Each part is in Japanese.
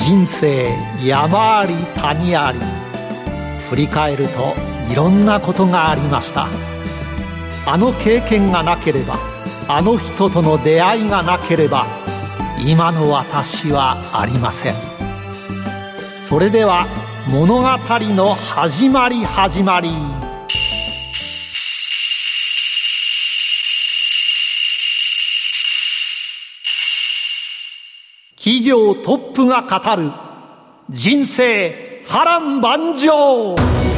人生山あり谷あり、振り返るといろんなことがありました。あの経験がなければ、あの人との出会いがなければ、今の私はありません。それでは物語の始まり。企業トップが語る人生波乱万丈。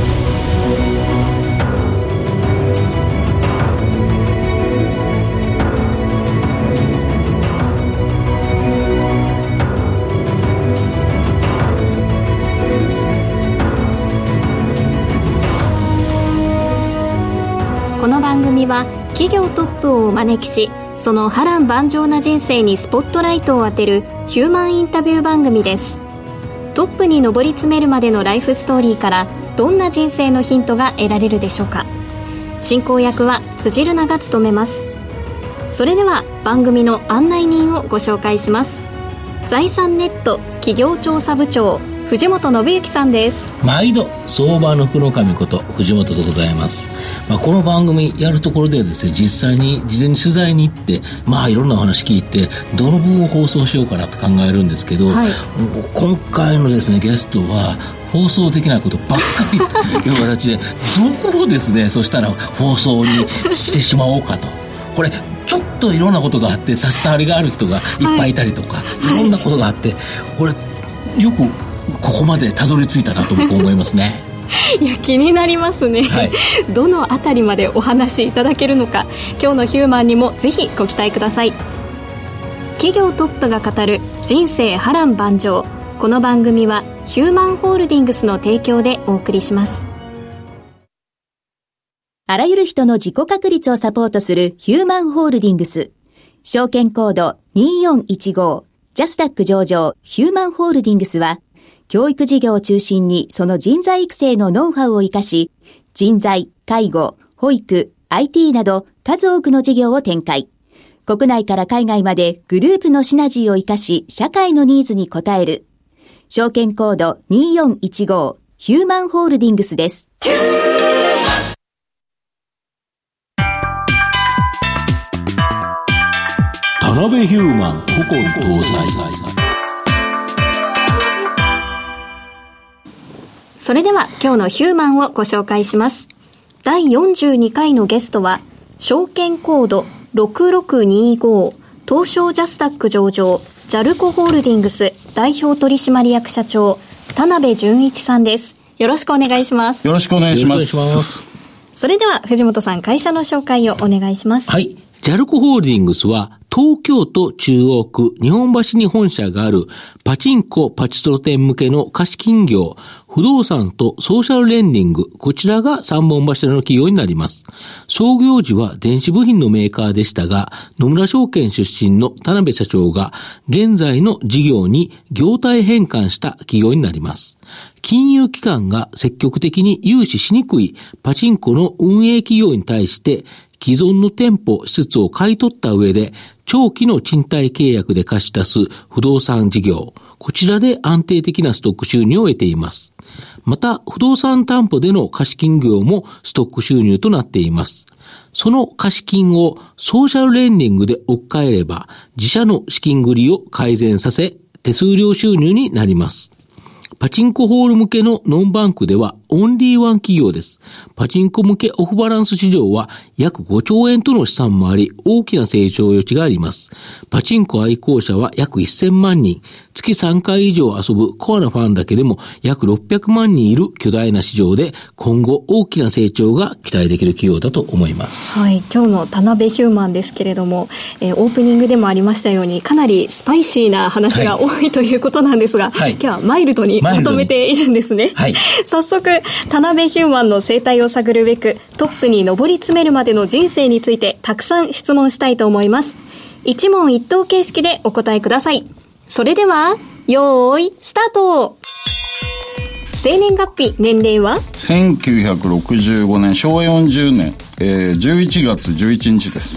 この番組は企業トップをお招きし、その波乱万丈な人生にスポットライトを当てるヒューマンインタビュー番組です。トップに上り詰めるまでのライフストーリーからどんな人生のヒントが得られるでしょうか。進行役は辻るなが務めます。それでは番組の案内人をご紹介します。財産ネット企業調査部長、藤本信之さんです。 毎度相場の福の神こと藤本でございます。この番組やるところではですね、実際に事前に取材に行っていろんなお話聞いて、どの部分を放送しようかなと考えるんですけど、今回のですねゲストは放送的なことばっかりという形でどこをですねそしたら放送にしてしまおうかと。これちょっといろんなことがあって、差し障りがある人がいっぱいいたりとか、いろんなことがあって、これよくここまでたどり着いたなと僕思いますね。 いや、気になりますね、どのあたりまでお話しいただけるのか、今日のヒューマンにもぜひご期待ください。企業トップが語る人生波乱万丈。この番組はヒューマンホールディングスの提供でお送りします。 あらゆる人の自己確立をサポートするヒューマンホールディングス。証券コード2415ジャスダック上場ヒューマンホールディングスは、教育事業を中心にその人材育成のノウハウを生かし、人材、介護、保育、IT など数多くの事業を展開。国内から海外までグループのシナジーを生かし、社会のニーズに応える。証券コード2415ヒューマンホールディングスです。 田辺ヒューマン古今東西。 それでは今日のヒューマンをご紹介します。第42回のゲストは、証券コード6625東証ジャスダック上場ジャルコホールディングス代表取締役社長、田辺純一さんです。よろしくお願いします。 よろしくお願いします。 それでは藤本さん、会社の紹介をお願いします。 はい。ジャルコホールディングスは東京都中央区日本橋に本社があるパチンコパチスロ店向けの貸金業、不動産とソーシャルレンディング、こちらが3本柱の企業になります。創業時は電子部品のメーカーでしたが、野村証券出身の田辺社長が現在の事業に業態変換した企業になります。金融機関が積極的に融資しにくいパチンコの運営企業に対して既存の店舗、施設を買い取った上で、長期の賃貸契約で貸し出す不動産事業、こちらで安定的なストック収入を得ています。また、不動産担保での貸金業もストック収入となっています。その貸金をソーシャルレンディングで置き換えれば、自社の資金繰りを改善させ、手数料収入になります。パチンコホール向けのノンバンクではオンリーワン企業です。パチンコ向けオフバランス市場は約5兆円との試算もあり、大きな成長余地があります。パチンコ愛好者は約1000万人、月3回以上遊ぶコアなファンだけでも約600万人いる巨大な市場で、今後大きな成長が期待できる企業だと思います。 はい、今日の田辺ヒューマンですけれども、オープニングでもありましたように、かなりスパイシーな話が多いということなんですが、今日はマイルドにまとめているんですね。早速、田辺ヒューマンの生態を探るべく、トップに上り詰めるまでの人生についてたくさん質問したいと思います。一問一答形式でお答えください。それでは、よーい、スタート。生年月日、年齢は 1965年、昭和40年、11月11日です。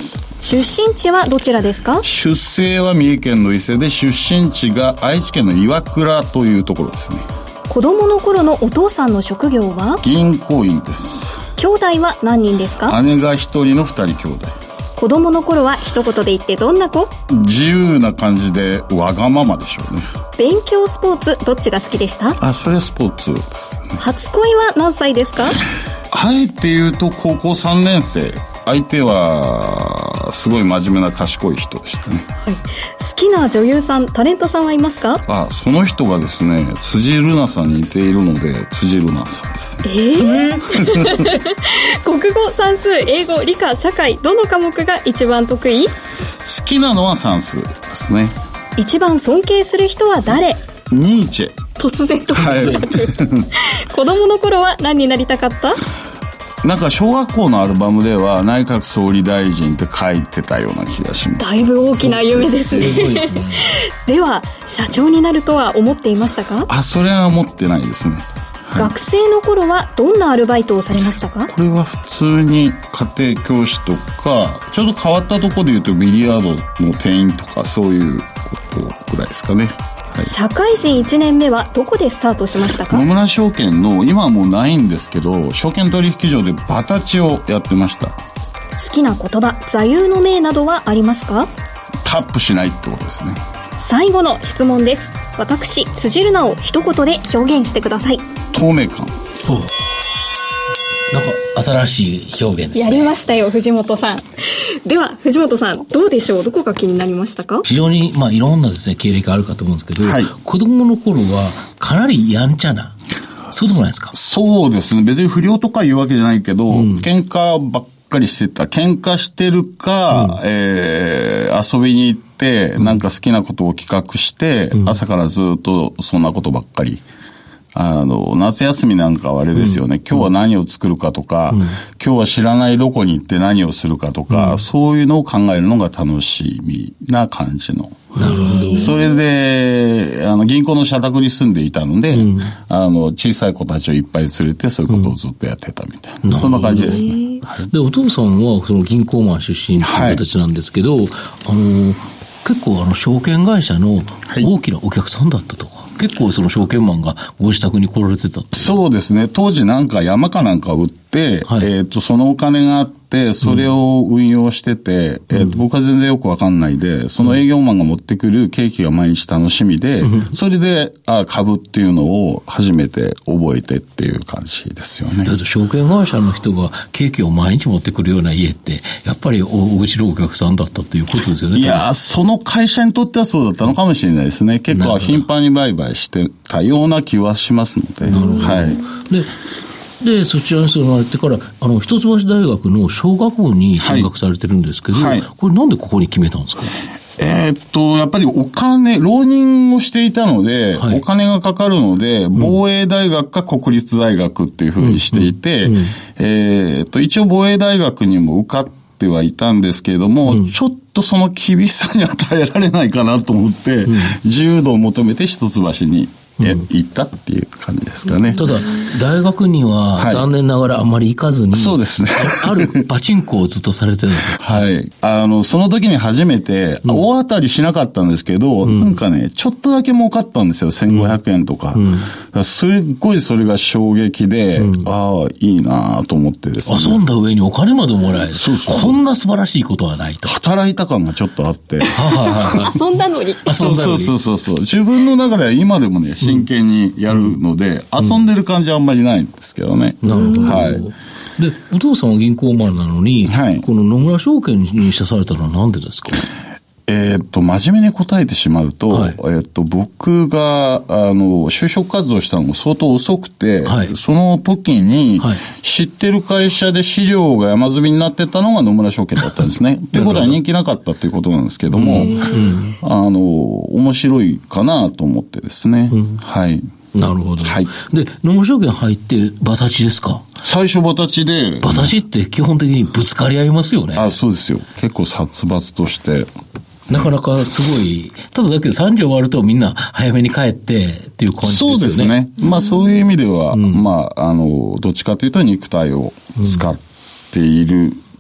出身地はどちらですか？ 出生は三重県の伊勢で、出身地が愛知県の岩倉というところですね。 子供の頃のお父さんの職業は？ 銀行員です。 兄弟は何人ですか？ 姉が一人の二人兄弟。 子供の頃は一言で言ってどんな子？ 自由な感じでわがままでしょうね。 勉強スポーツどっちが好きでした？ それはスポーツですね。 初恋は何歳ですか？ あえて言うと高校3年生。相手はすごい真面目な賢い人でしたね。 はい、好きな女優さん、タレントさんはいますか？ その人がですね、辻るなさんに似ているので辻るなさんですね。 国語、算数、英語、理科、社会、どの科目が一番得意？ 好きなのは算数ですね。 一番尊敬する人は誰？ ニーチェ。 突然子供の頃は何になりたかった？ なんか小学校のアルバムでは内閣総理大臣って書いてたような気がします。 だいぶ大きな夢ですね。 すごいですね。 では社長になるとは思っていましたか？ それは思ってないですね。 学生の頃はどんなアルバイトをされましたか？ これは普通に家庭教師とか、ちょっと変わったところで言うとビリヤードの店員とかそういうことぐらいですかね。 社会人1年目はどこでスタートしましたか？ 野村証券の、今はもうないんですけど、証券取引所でバタチをやってました。 好きな言葉、座右の銘などはありますか？ タップしないってことですね。 最後の質問です。私、辻るなを一言で表現してください。 透明感。 なんか新しい表現ですね。 やりましたよ、藤本さん。では藤本さん、どうでしょう？どこが気になりましたか？ 非常にいろんなですね経歴あるかと思うんですけど、子供の頃はかなりやんちゃな、そうでもないですか？ そうですね。別に不良とかいうわけじゃないけど、喧嘩ばっかりしてた。喧嘩してるか、遊びに行ってなんか好きなことを企画して、朝からずっとそんなことばっかり。夏休みなんかはあれですよね、今日は何を作るかとか、今日は知らないどこに行って何をするかとか、そういうのを考えるのが楽しみな感じの。 なるほど。 それで、銀行の社宅に住んでいたので、小さい子たちをいっぱい連れてそういうことをずっとやってたみたいな。そんな感じですね。 で、お父さんはその銀行マン出身という形なんですけど、結構証券会社の大きなお客さんだったとか。結構その証券マンがご自宅に来られてたって。 そうですね。当時なんか山かなんか売って、そのお金があって、それを運用してて、僕は全然よくわかんないで、その営業マンが持ってくるケーキが毎日楽しみで、それで、株っていうのを初めて覚えてっていう感じですよね。 だって証券会社の人がケーキを毎日持ってくるような家って、やっぱりおうちのお客さんだったっていうことですよね。 いや、その会社にとってはそうだったのかもしれないですね。結構頻繁に売買してたような気はしますので。 なるほど。はい。で、そちらに住まれてから、一橋大学の商学部に進学されてるんですけど、これなんでここに決めたんですか？ やっぱり浪人をしていたので、お金がかかるので、防衛大学か国立大学っていうふうにしていて、一応防衛大学にも受かってはいたんですけれども、ちょっとその厳しさに与えられないかなと思って、自由度を求めて一橋に行ったっていう感じですかね。 ただ大学には残念ながらあんまり行かずに、 そうですね。 あるパチンコをずっとされてるんですよ。 はい。その時に初めて、大当たりしなかったんですけど、なんかね、ちょっとだけ儲かったんですよ。1500円とか。すっごいそれが衝撃で、いいなと思ってですね。 遊んだ上にお金までもらえる。 そう。 こんな素晴らしいことはないと。 働いた感がちょっとあって。 遊んだのに。 そう。自分の中では今でもね、真剣にやるので、遊んでる感じはあんまりないんですけどね。 なるほど。 はい。 で、お父さんは銀行マンなのに、この野村証券に入社されたのはなんでですか？ 真面目に答えてしまうと、僕が、就職活動したのも相当遅くて、その時に、知ってる会社で資料が山積みになってたのが野村証券だったんですね。っていうことは人気なかったっていうことなんですけども、面白いかなと思ってですね。はい。 なるほど。はい。で、野村証券入ってバタチですか？ 最初バタチで。 バタチって基本的にぶつかり合いますよね。 そうですよ。結構殺伐として。 なかなかすごい、ただだけど3時終わるとみんな早めに帰ってっていう感じですよね。そうですね。 そういう意味では、どっちかというと肉体を使っている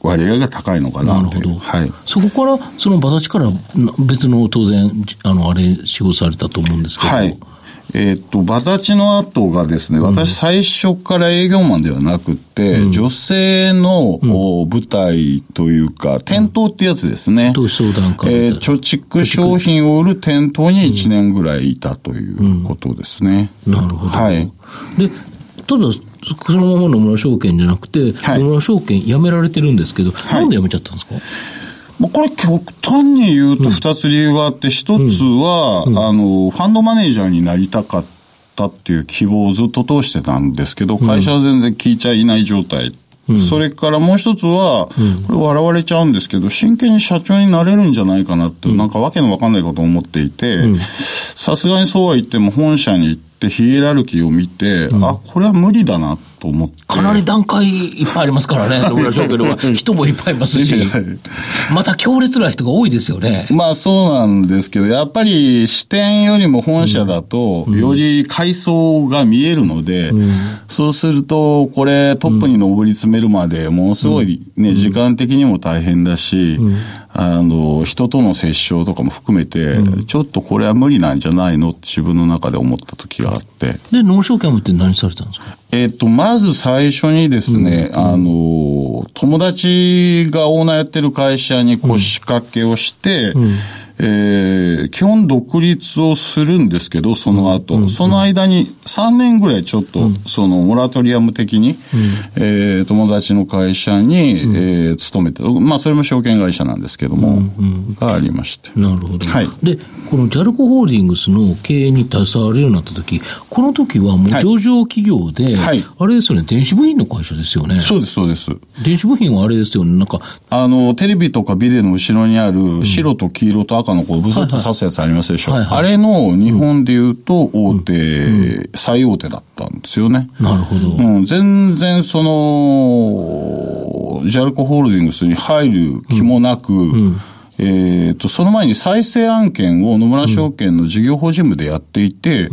割合が高いのかなという。 なるほど。はい。そこから、その場立ちから別の当然、仕事されたと思うんですけど。はい。 場立ちの後がですね、私最初から営業マンではなくて、女性の舞台というか、店頭ってやつですね。 投資相談会。 貯蓄商品を売る店頭に1年ぐらいいたということですね。 なるほど。 はい。 で、ただ、そのまま野村証券じゃなくて、野村証券辞められてるんですけど、なんで辞めちゃったんですか？ これ極端に言うと2つ理由があって、1つは、ファンドマネージャーになりたかったっていう希望をずっと通してたんですけど、会社は全然聞いちゃいない状態。それからもう一つは、これ笑われちゃうんですけど、真剣に社長になれるんじゃないかなって、なんかわけのわかんないことを思っていて、さすがにそうは言っても本社に行ってヒエラルキーを見て、これは無理だなと思って。 かなり段階いっぱいありますからね、野村証券は。人もいっぱいいますし、また強烈な人が多いですよね。 まあそうなんですけど、やっぱり支店よりも本社だと、より階層が見えるので、そうすると、これトップに上り詰めるまで、ものすごいね、時間的にも大変だし、人との接触とかも含めて、ちょっとこれは無理なんじゃないのって自分の中で思った時があって。 で、農証券って何されたんですか？ まず最初にですね、友達がオーナーやってる会社に腰掛けをして、基本独立をするんですけど、その後、その間に3年ぐらいちょっと、そのモラトリアム的に、友達の会社に、勤めて、まあそれも証券会社なんですけども、がありまして。 なるほど。 はい。 で、このジャルコホールディングスの経営に携わるようになった時、この時はもう上場企業で、はい、あれですよね、電子部品の会社ですよね。 そうです、そうです。 電子部品はあれですよね、なんか。 テレビとかビデオの後ろにある白と黄色と赤のこうブスッと刺すやつありますでしょ。あれの日本で言うと大手、最大手だったんですよね。 なるほど。 全然その、ジャルコホールディングスに入る気もなく、その前に再生案件を野村証券の事業法人部でやっていて、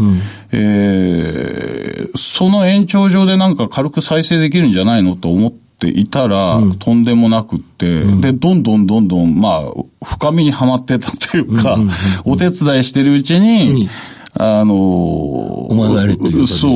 その延長上でなんか軽く再生できるんじゃないのと思っていたら、とんでもなくって、で、どんどん、まあ、深みにはまってたというか、お手伝いしてるうちに、 お前がやれっていう。 そう。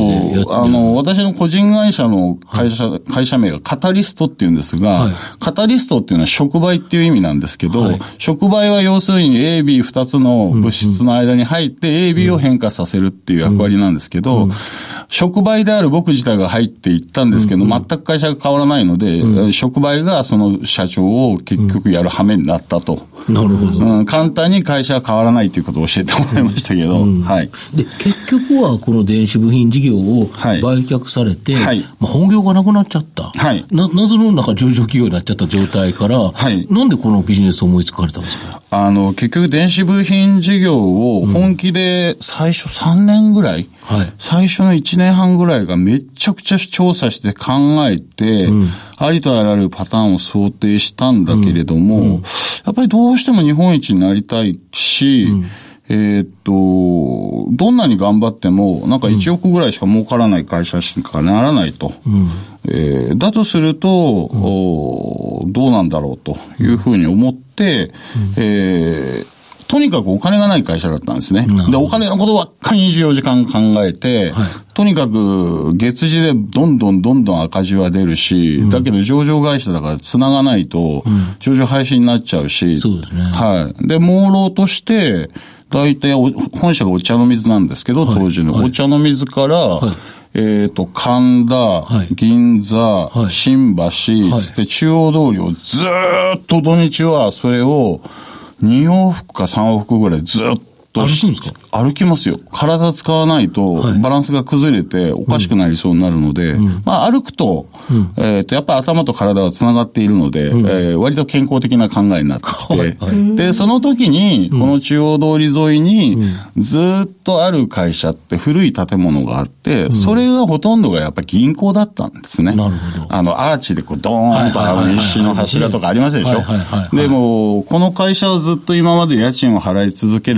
私の個人会社の会社名がカタリストっていうんですが、カタリストっていうのは触媒っていう意味なんですけど、触媒は要するに A、B2 つの物質の間に入って A、B を変化させるっていう役割なんですけど、触媒である僕自体が入っていったんですけど、全く会社が変わらないので、触媒がその社長を結局やる羽目になったと。 なるほど。 簡単に会社は変わらないということを教えてもらいましたけど、はい。 で、結局はこの電子部品事業を売却されて、まあ、本業がなくなっちゃった。謎の中上場企業になっちゃった状態から、なんでこのビジネスを思いつかれたんですか？ 結局電子部品事業を本気で最初3年ぐらい、最初の1年半ぐらいがめちゃくちゃ調査して考えて、ありとあらゆるパターンを想定したんだけれども、やっぱりどうしても日本一になりたいし、どんなに頑張っても、なんか1億ぐらいしか儲からない会社しかならないと。だとすると、どうなんだろうというふうに思って、とにかくお金がない会社だったんですね。で、お金のことばっかり24時間考えて、とにかく月次でどんどん赤字は出るし、だけど上場会社だから繋がないと、上場廃止になっちゃうし、 そうですね。 はい。で、朦朧として、大体本社がお茶の水なんですけど、当時のお茶の水から、神田、銀座、新橋、つって中央通りをずーっと土日はそれを2往復か3往復ぐらいずっと歩くんですか？ 歩きますよ。体使わないとバランスが崩れておかしくなりそうになるので、まあ歩くと、やっぱり頭と体は繋がっているので、割と健康的な考えになってきて、で、その時に、この中央通り沿いにずっとある会社って古い建物があって、それがほとんどがやっぱり銀行だったんですね。 なるほど。 アーチでこうドーンと石の柱とかありますでしょ。でも、この会社はずっと今まで家賃を払い続けるか、ここ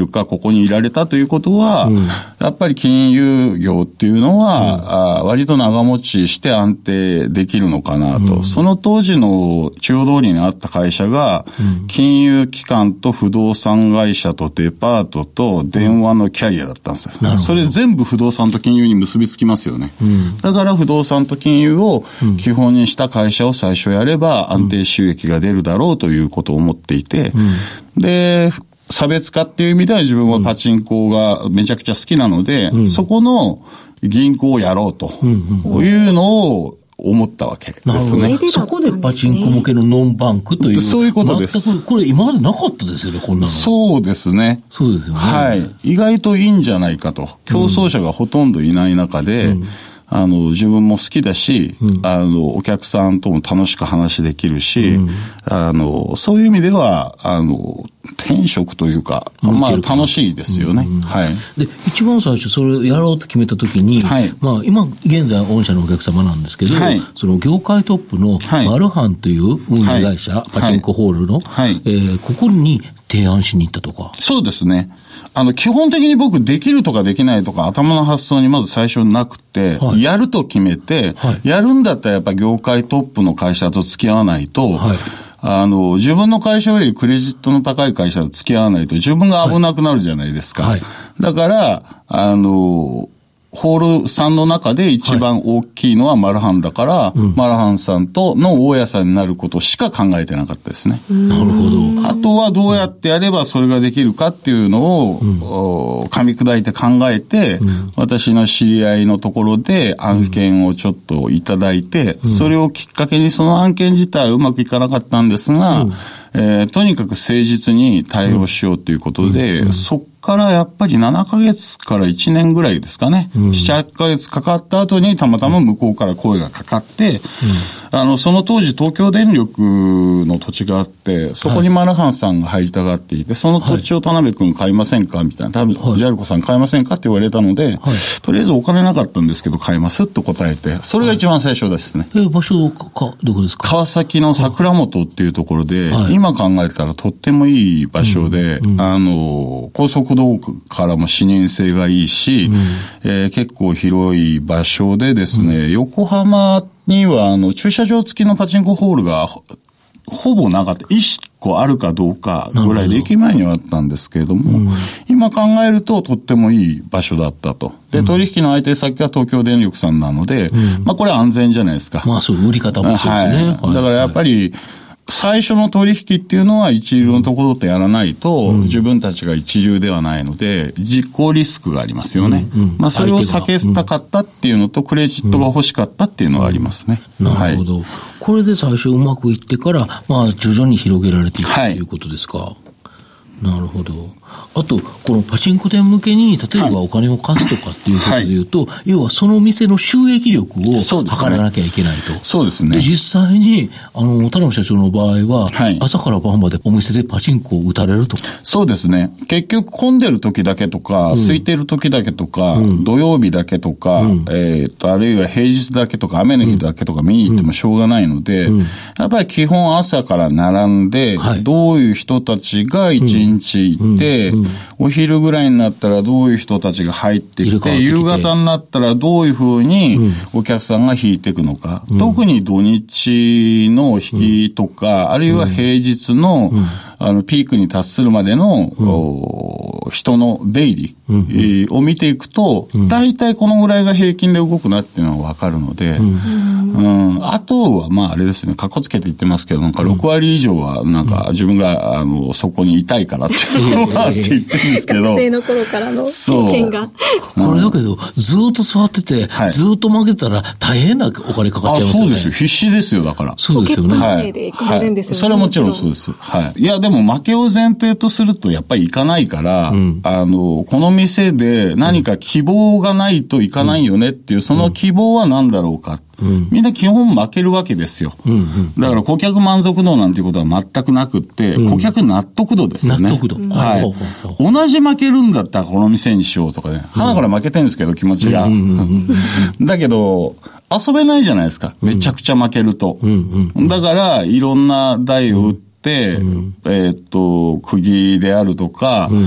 こにいられたということは、やっぱり金融業っていうのは、割と長持ちして安定できるのかなと。その当時の中央通りにあった会社が、金融機関と不動産会社とデパートと電話のキャリアだったんですよ。それ全部不動産と金融に結びつきますよね。だから不動産と金融を基本にした会社を最初やれば安定収益が出るだろうということを思っていて、で、差別化っていう意味では自分はパチンコがめちゃくちゃ好きなので、そこの銀行をやろうというのを思ったわけですね。 そこでパチンコ向けのノンバンクという。 そういうことです。 全く、これ今までなかったですよね、こんなの。 そうですね。 そうですよね。 はい。意外といいんじゃないかと。競争者がほとんどいない中で、自分も好きだし、お客さんとも楽しく話できるし、そういう意味では、転職というか、まあ楽しいですよね。はい。 で、一番最初それをやろうと決めたときに、まあ今現在御社のお客様なんですけど、その業界トップのマルハンという運営会社、パチンコホールの、ここに提案しに行ったとか。 そうですね。基本的に僕できるとかできないとか頭の発想にまず最初なくて、やると決めて、やるんだったらやっぱ業界トップの会社と付き合わないと、自分の会社よりクレジットの高い会社と付き合わないと自分が危なくなるじゃないですか。だから、ホールさんの中で一番大きいのはマルハンだから、マルハンさんとの大家さんになることしか考えてなかったですね。 なるほど。 あとはどうやってやればそれができるかっていうのを、噛み砕いて考えて、私の知り合いのところで案件をちょっといただいて、それをきっかけにその案件自体はうまくいかなかったんですが、とにかく誠実に対応しようということで、そっからやっぱり7ヶ月から1年ぐらいですかね。7、8ヶ月かかった後にたまたま向こうから声がかかって、その当時東京電力の土地があって、そこにマルハンさんが入りたがっていて、その土地を田辺君買いませんかみたいな、多分、ジャルコさん買いませんかって言われたので、とりあえずお金なかったんですけど買いますと答えて、それが一番最初ですね。 場所か、どこですか？ 川崎の桜本っていうところで、今考えたらとってもいい場所で、高速道路からも視認性がいいし、結構広い場所でですね、横浜には駐車場付きのパチンコホールがほぼなかった。1個あるかどうかぐらいで駅前にはあったんですけれども、今考えるととってもいい場所だったと。で、取引の相手先は東京電力さんなので、まあこれは安全じゃないですか。 まあそう、売り方もそうですね。 だからやっぱり、最初の取引っていうのは一流のところとやらないと、自分たちが一流ではないので、実行リスクがありますよね。まあそれを避けたかったっていうのと、クレジットが欲しかったっていうのがありますね。 なるほど。これで最初うまくいってから、まあ徐々に広げられていくということですか。なるほど。あと、このパチンコ店向けに、例えばお金を貸すとかっていうことで言うと、要はその店の収益力を測らなきゃいけないと。 そうですね。 で、実際に、田辺社長の場合は、朝から晩までお店でパチンコを打たれると。 そうですね。結局混んでる時だけとか、空いてる時だけとか、土曜日だけとか、あるいは平日だけとか、雨の日だけとか見に行ってもしょうがないので、やっぱり基本朝から並んで、どういう人たちが一日行って、お昼ぐらいになったらどういう人たちが入ってきて、夕方になったらどういうふうにお客さんが引いていくのか。特に土日の引きとか、あるいは平日のピークに達するまでの人の出入りを見ていくと、大体このぐらいが平均で動くなっていうのがわかるので、あとはまああれですね、かっこつけて言ってますけど、なんか6割以上はなんか自分がそこにいたいからっていうのがあって言ってるんですけど。 学生の頃からの経験が。 これだけど、ずっと座ってて、ずっと負けたら大変なお金かかっちゃいますよね。 そうですよ。必死ですよ、だから。 そうですよね。 ポケットマネーで行かれるんですよね。 それはもちろんそうです。はい。いや、でも負けを前提とするとやっぱり行かないから、この店で何か希望がないといかないよねっていう、その希望は何だろうか。みんな基本負けるわけですよ。だから顧客満足度なんていうことは全くなくって、顧客納得度ですよね。 納得度。 はい。同じ負けるんだったらこの店にしようとかね。鼻から負けてるんですけど、気持ちが。だけど、遊べないじゃないですか。めちゃくちゃ負けると。だから、いろんな台を打って、釘であるとか、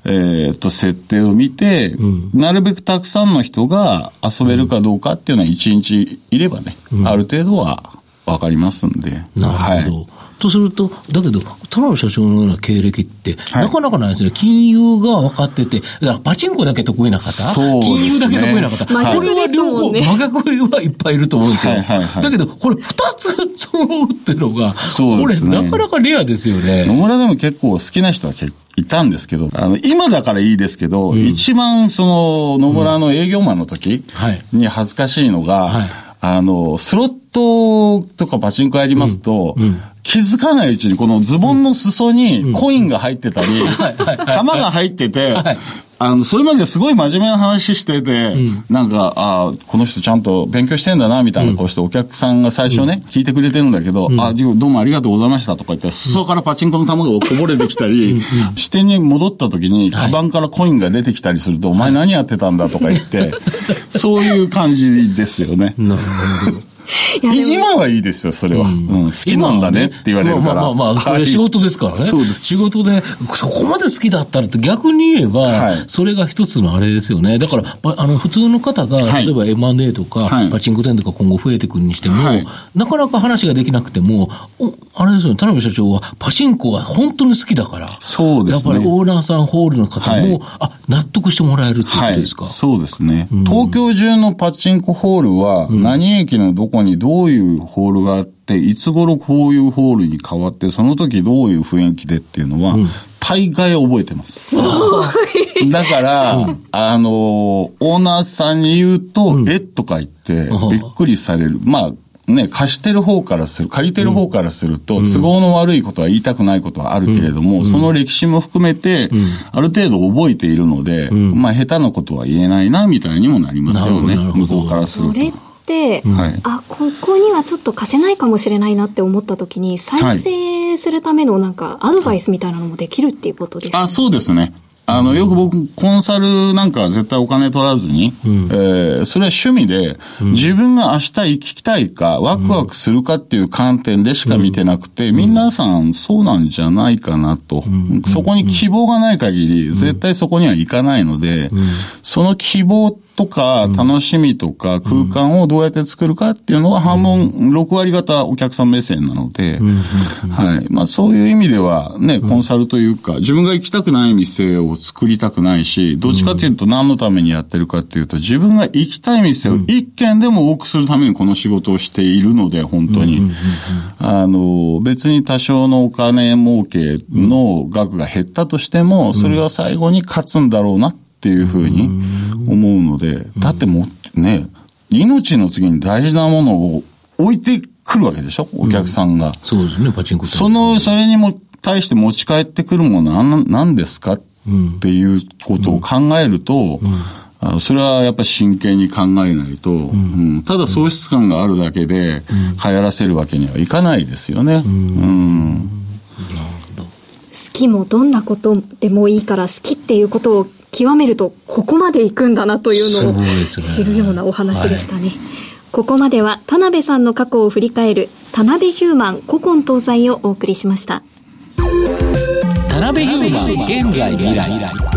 設定を見て、なるべくたくさんの人が遊べるかどうかっていうのは1日いればね、ある程度はわかりますんで。 なるほど。とすると、だけど、田辺社長のような経歴って、なかなかないですね。金融が分かってて、パチンコだけ得意な方、金融だけ得意な方、これは両方真逆はいっぱいいると思うんですよ。だけど、これ2つ揃うっていうのが、これなかなかレアですよね。 野村でも結構好きな人はいたんですけど、今だからいいですけど、一番野村の営業マンの時に恥ずかしいのが、スロットとかパチンコやりますと、気づかないうちにこのズボンの裾にコインが入ってたり、玉が入ってて、それまですごい真面目な話してて、なんか、この人ちゃんと勉強してんだな、みたいな顔してお客さんが最初ね、聞いてくれてるんだけど、どうもありがとうございましたとか言って、裾からパチンコの玉がこぼれてきたり、支店に戻った時に、カバンからコインが出てきたりすると、お前何やってたんだとか言って、そういう感じですよね。なるほど。今はいいですよ、それは。好きなんだねって言われるから。 それ仕事ですからね。そうです。仕事で、そこまで好きだったらって逆に言えば、それが一つのあれですよね。だから、普通の方が、例えば M&A とか、パチンコ店とか今後増えてくるにしても、なかなか話ができなくても、あれですよね、田辺社長はパチンコが本当に好きだから、 そうですね。 やっぱりオーナーさん、ホールの方も、納得してもらえるっていうことですか。 そうですね。東京中のパチンコホールは、何駅のどこにどういうホールがあって、いつ頃こういうホールに変わって、その時どういう雰囲気でっていうのは、大概覚えてます。だから、オーナーさんに言うと、とか言って、びっくりされる。貸してる方からする、借りてる方からすると、都合の悪いことは言いたくないことはあるけれども、その歴史も含めて、ある程度覚えているので、下手なことは言えないな、みたいにもなりますよね。向こうからすると。 ここにはちょっと貸せないかもしれないなって思った時に、再生するためのアドバイスみたいなのもできるっていうことですか？ そうですね。よく僕、コンサルなんかは絶対お金取らずに、それは趣味で、自分が明日生きたいか、ワクワクするかっていう観点でしか見てなくて、皆さんそうなんじゃないかなと。そこに希望がない限り、絶対そこには行かないので、その希望とか、楽しみとか、空間をどうやって作るかっていうのは半分、6割方お客さん目線なので、そういう意味ではね、コンサルというか、自分が行きたくない店を作りたくないし、どっちかというと何のためにやってるかっていうと、自分が行きたい店を一軒でも多くするためにこの仕事をしているので、本当に。別に多少のお金儲けの額が減ったとしても、それは最後に勝つんだろうなっていうふうに思うので、だってもうね、命の次に大事なものを置いてくるわけでしょ、お客さんが。 そうですね、パチンコ店。 それにも対して持ち帰ってくるものは何ですかっていうことを考えると、それはやっぱり真剣に考えないと、ただ喪失感があるだけで流行らせるわけにはいかないですよね。 好きもどんなことでもいいから好きっていうことを極めるとここまでいくんだなというのを知るようなお話でしたね。ここまでは田辺さんの過去を振り返る田辺ヒューマン古今東西をお送りしました。 田辺ヒューマン現在未来。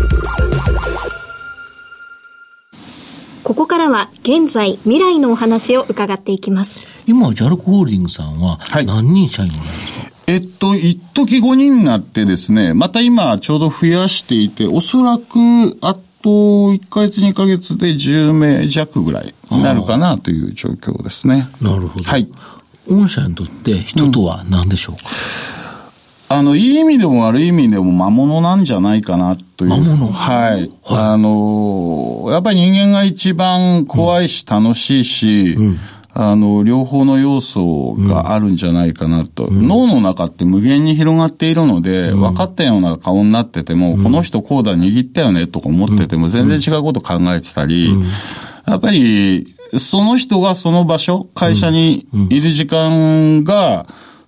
ここからは現在未来のお話を伺っていきます。 今ジャルコホールディングスさんは何人社員なんですか？ 一時5人になってですね、また今ちょうど増やしていて、おそらくあと1ヶ月2ヶ月で10名弱ぐらいになるかなという状況ですね。 なるほど。御社にとって人とは何でしょうか？ いい意味でも悪い意味でも魔物なんじゃないかなという。 魔物？ やっぱり人間が一番怖いし楽しいし、両方の要素があるんじゃないかなと。脳の中って無限に広がっているので、分かったような顔になってても、この人こうだ握ったよねとか思ってても全然違うこと考えてたり、やっぱりその人がその場所、会社にいる時間が、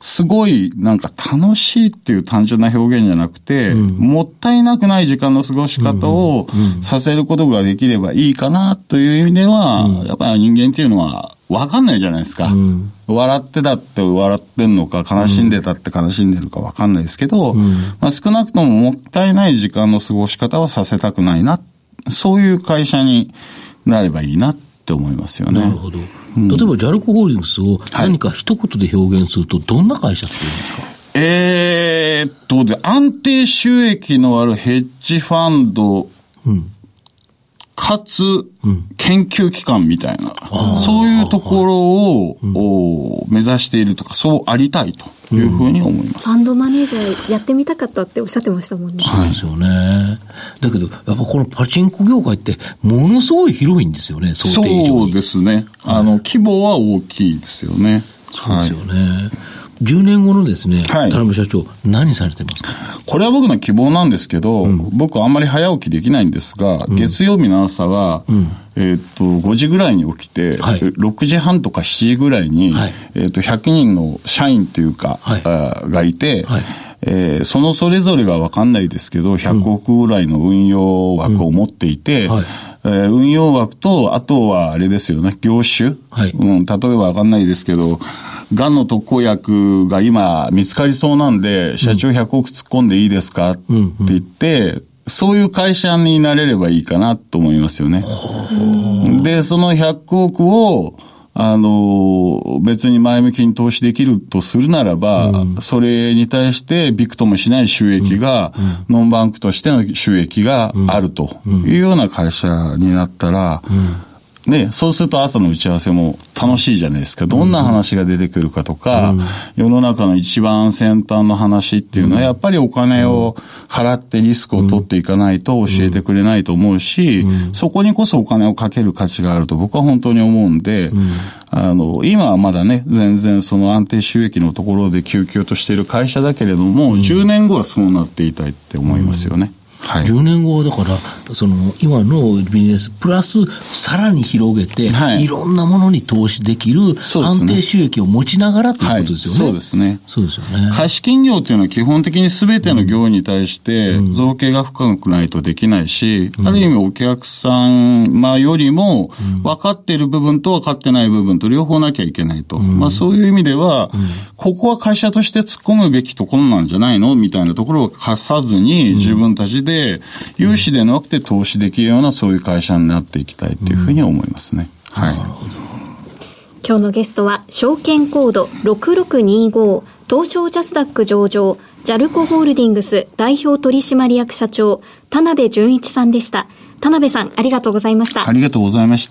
すごいなんか楽しいっていう単純な表現じゃなくて、もったいなくない時間の過ごし方をさせることができればいいかなという意味では、やっぱり人間っていうのは分かんないじゃないですか。笑ってだって笑ってんのか、悲しんでたって悲しんでるか分かんないですけど、少なくとももったいない時間の過ごし方はさせたくないな。そういう会社になればいいなって思いますよね。 なるほど。例えばJALCOホールディングスを何か一言で表現するとどんな会社って言うんですか？ 安定収益のあるヘッジファンド、かつ、研究機関みたいな、そういうところを、目指しているとか、そうありたいというふうに思います。 ファンドマネージャーやってみたかったっておっしゃってましたもんね。 そうですよね。だけど、やっぱこのパチンコ業界ってものすごい広いんですよね、想定以上に。 そうですね。規模は大きいですよね。 そうですよね。10年後のですね、田辺社長、何されてますか？ これは僕の希望なんですけど、僕あんまり早起きできないんですが、月曜日の朝は、5時ぐらいに起きて、6時半とか7時ぐらいに、100人の社員というか、がいて、それぞれが分かんないですけど、100億ぐらいの運用枠を持っていて、運用枠と、あとはあれですよね、業種。例えば分かんないですけど、がんの特効薬が今見つかりそうなんで、社長100億突っ込んでいいですかって言って、そういう会社になれればいいかなと思いますよね。で、その100億を、別に前向きに投資できるとするならば、それに対してびくともしない収益が、ノンバンクとしての収益があるというような会社になったら、ね、そうすると朝の打ち合わせも楽しいじゃないですか。どんな話が出てくるかとか、世の中の一番先端の話っていうのは、やっぱりお金を払ってリスクを取っていかないと教えてくれないと思うし、そこにこそお金をかける価値があると僕は本当に思うんで、今はまだね、全然その安定収益のところで休憩としている会社だけれども、10年後はそうなっていたいって思いますよね。 10年後だから、今のビジネスプラスさらに広げて、いろんなものに投資できる安定収益を持ちながらということですよね。 そうですね。 そうですよね。 貸金業っていうのは基本的に全ての業に対して造形が深くないとできないし、ある意味お客さんよりも分かっている部分と分かってない部分と両方なきゃいけないと。そういう意味では、ここは会社として突っ込むべきところなんじゃないのみたいなところを貸さずに自分たちで融資でなくて投資できるようなそういう会社になっていきたいというふうに思いますね。なるほど。 今日のゲストは証券コード6625東証ジャスダック上場JALCOホールディングス代表取締役社長田辺純一さんでした。田辺さん、ありがとうございました。 ありがとうございました。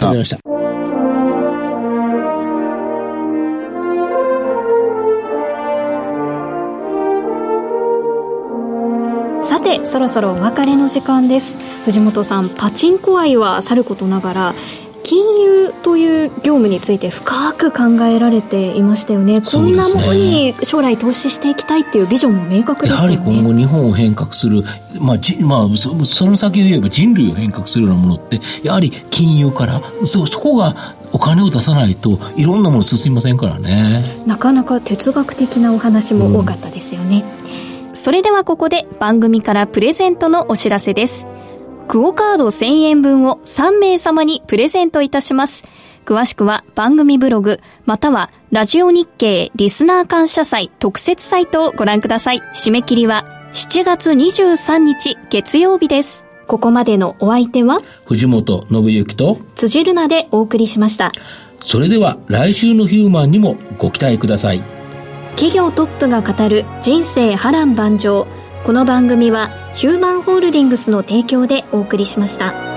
さて、そろそろお別れの時間です。藤本さん、パチンコ愛はさることながら金融という業務について深く考えられていましたよね。こんなものに将来投資していきたいっていうビジョンも明確でしたよね。 やはり今後日本を変革する、その先で言えば人類を変革するようなものってやはり金融からそこがお金を出さないといろんなもの進みませんからね。 なかなか哲学的なお話も多かったですよね。それではここで番組からプレゼントのお知らせです。クオカード1000円分を3名様にプレゼントいたします。詳しくは番組ブログまたはラジオ日経リスナー感謝祭特設サイトをご覧ください。締め切りは7月23日月曜日です。ここまでのお相手は藤本信之と辻るなでお送りしました。 それでは来週のヒューマンにもご期待ください。 企業トップが語る人生波乱万丈。この番組はヒューマンホールディングスの提供でお送りしました。